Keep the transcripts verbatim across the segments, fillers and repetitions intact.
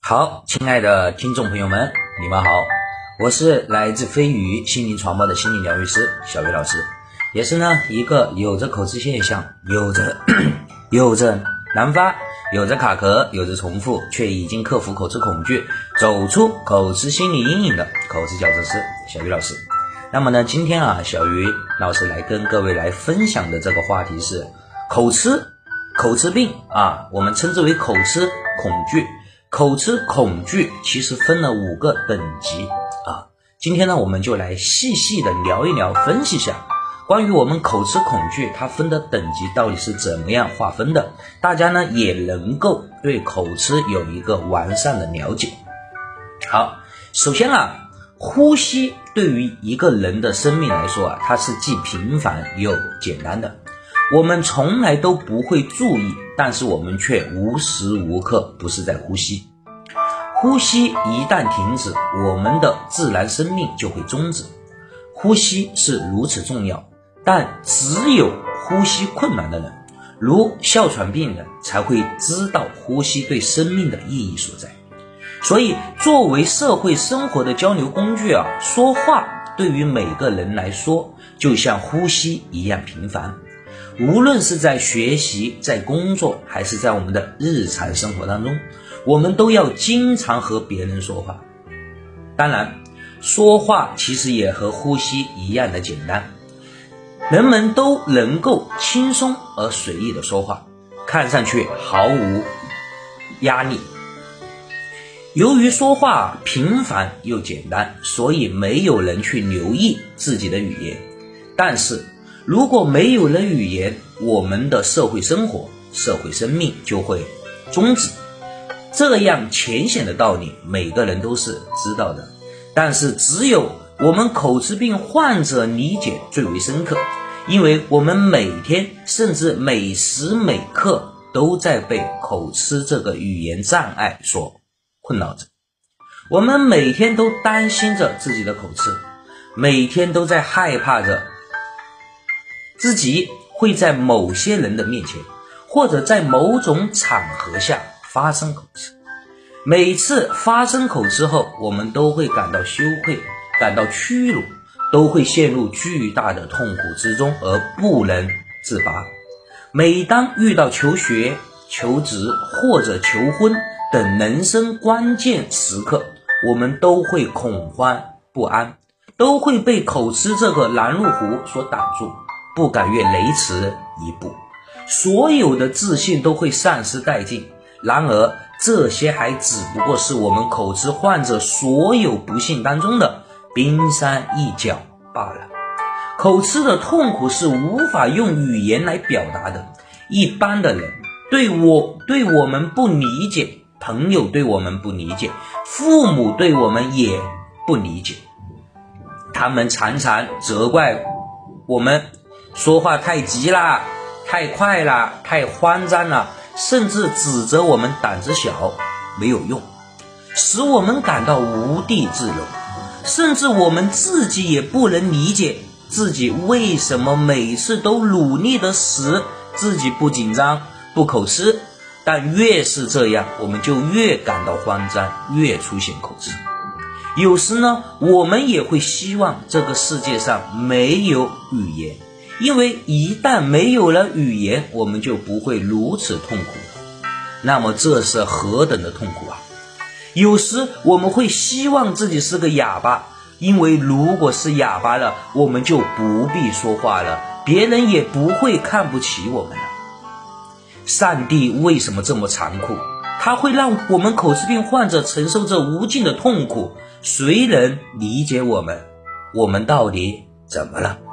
好，亲爱的听众朋友们，你们好，我是来自飞鱼心灵传播的心理疗愈师小鱼老师，也是呢一个有着口吃现象，有着有着难发，有着卡壳，有着重复，却已经克服口吃恐惧，走出口吃心理阴影的口吃矫正师小鱼老师。那么呢，今天啊，小鱼老师来跟各位来分享的这个话题是口吃口吃病啊，我们称之为口吃恐惧。口吃恐惧其实分了五个等级啊，今天呢我们就来细细的聊一聊，分析一下关于我们口吃恐惧它分的等级到底是怎么样划分的，大家呢也能够对口吃有一个完善的了解。好，首先啊，呼吸对于一个人的生命来说啊，它是既平凡又简单的，我们从来都不会注意，但是我们却无时无刻不是在呼吸。呼吸一旦停止，我们的自然生命就会终止。呼吸是如此重要，但只有呼吸困难的人，如哮喘病人，才会知道呼吸对生命的意义所在。所以作为社会生活的交流工具啊，说话对于每个人来说就像呼吸一样平凡。无论是在学习、在工作，还是在我们的日常生活当中，我们都要经常和别人说话。当然，说话其实也和呼吸一样的简单，人们都能够轻松而随意的说话，看上去毫无压力。由于说话平凡又简单，所以没有人去留意自己的语言。但是如果没有了语言，我们的社会生活、社会生命就会终止。这样浅显的道理，每个人都是知道的，但是只有我们口吃病患者理解最为深刻，因为我们每天甚至每时每刻都在被口吃这个语言障碍所困扰着。我们每天都担心着自己的口吃，每天都在害怕着自己会在某些人的面前，或者在某种场合下发生口吃。每次发生口吃后，我们都会感到羞愧，感到屈辱，都会陷入巨大的痛苦之中而不能自拔。每当遇到求学、求职或者求婚等人生关键时刻，我们都会恐慌不安，都会被口吃这个拦路虎所挡住，不敢越雷池一步，所有的自信都会丧失殆尽。然而这些还只不过是我们口吃患者所有不幸当中的冰山一角罢了。口吃的痛苦是无法用语言来表达的，一般的人对我对我们不理解，朋友对我们不理解，父母对我们也不理解，他们常常责怪我们说话太急啦，太快啦，太慌张啦，甚至指责我们胆子小，没有用，使我们感到无地自容。甚至我们自己也不能理解自己为什么每次都努力的使自己不紧张、不口吃，但越是这样，我们就越感到慌张，越出现口吃。有时呢，我们也会希望这个世界上没有语言，因为一旦没有了语言，我们就不会如此痛苦了。那么这是何等的痛苦啊！有时我们会希望自己是个哑巴，因为如果是哑巴了，我们就不必说话了，别人也不会看不起我们了。上帝为什么这么残酷？他会让我们口吃病患者承受这无尽的痛苦，谁能理解我们？我们到底怎么了？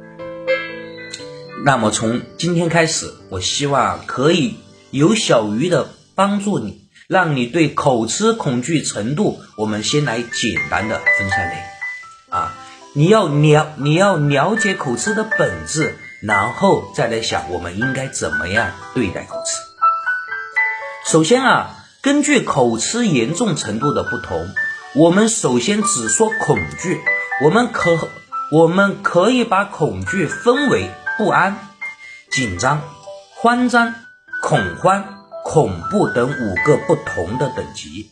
那么从今天开始，我希望可以有小鱼的帮助你，让你对口吃恐惧程度，我们先来简单的分下类啊，你要了你要了解口吃的本质，然后再来想我们应该怎么样对待口吃。首先啊，根据口吃严重程度的不同，我们首先只说恐惧，我们可我们可以把恐惧分为不安、紧张、慌张、恐慌、恐怖等五个不同的等级。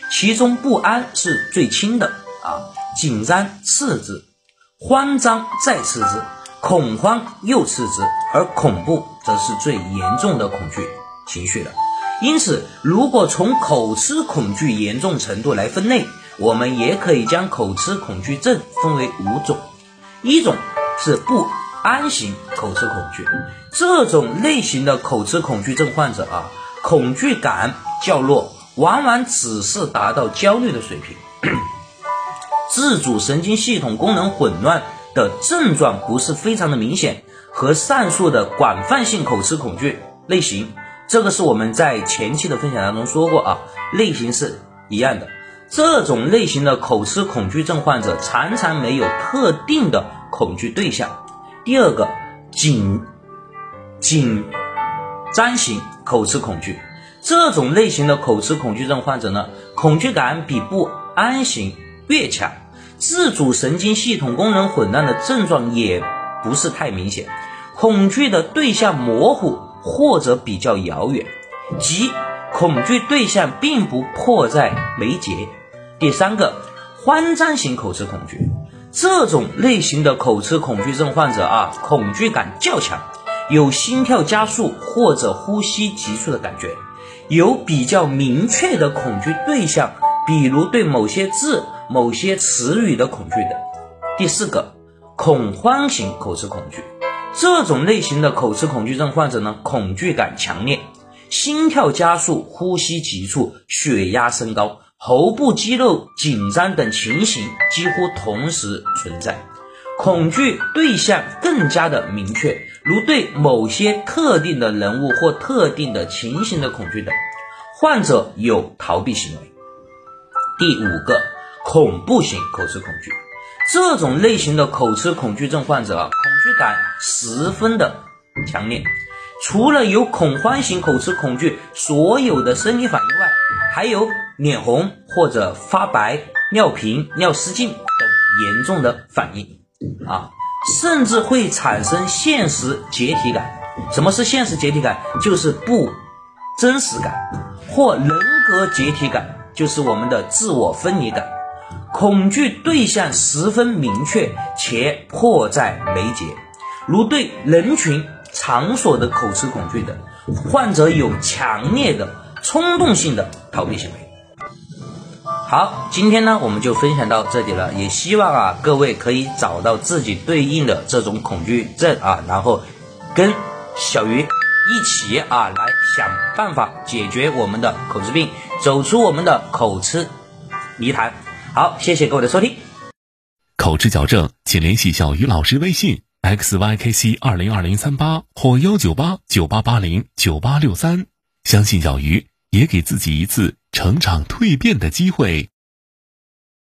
其中不安是最轻的啊，紧张次之，慌张再次之，恐慌又次之，而恐怖则是最严重的恐惧情绪了。因此，如果从口吃恐惧严重程度来分类，我们也可以将口吃恐惧症分为五种。一种是不安型口吃恐惧，这种类型的口吃恐惧症患者啊，恐惧感较弱，往往只是达到焦虑的水平，自主神经系统功能混乱的症状不是非常的明显，和上述的广泛性口吃恐惧类型，这个是我们在前期的分享当中说过啊，类型是一样的。这种类型的口吃恐惧症患者常常没有特定的恐惧对象。第二个，紧紧张型口吃恐惧，这种类型的口吃恐惧症患者呢，恐惧感比不安型越强，自主神经系统功能混乱的症状也不是太明显，恐惧的对象模糊或者比较遥远，即恐惧对象并不迫在眉睫。第三个，慌张型口吃恐惧，这种类型的口吃恐惧症患者啊，恐惧感较强，有心跳加速或者呼吸急促的感觉，有比较明确的恐惧对象，比如对某些字、某些词语的恐惧等。第四个，恐慌型口吃恐惧，这种类型的口吃恐惧症患者呢，恐惧感强烈，心跳加速、呼吸急促、血压升高、喉部肌肉紧张等情形几乎同时存在，恐惧对象更加的明确，如对某些特定的人物或特定的情形的恐惧等，患者有逃避行为。第五个，恐怖型口吃恐惧，这种类型的口吃恐惧症患者啊，恐惧感十分的强烈，除了有恐慌型口吃恐惧所有的生理反应外，还有脸红或者发白、尿频、尿失禁等严重的反应啊，甚至会产生现实解体感。什么是现实解体感？就是不真实感，或人格解体感，就是我们的自我分离感。恐惧对象十分明确且迫在眉睫，如对人群、场所的口吃恐惧等，患者有强烈的冲动性的逃避行为。好，今天呢我们就分享到这里了，也希望啊各位可以找到自己对应的这种恐惧症啊，然后跟小鱼一起啊来想办法解决我们的口吃病，走出我们的口吃泥潭。好，谢谢各位的收听。 口吃矫正请联系小鱼老师微信 x y k c 二零二零三八或幺九八九八八零九八六三，相信小鱼，也给自己一次成长蜕变的机会。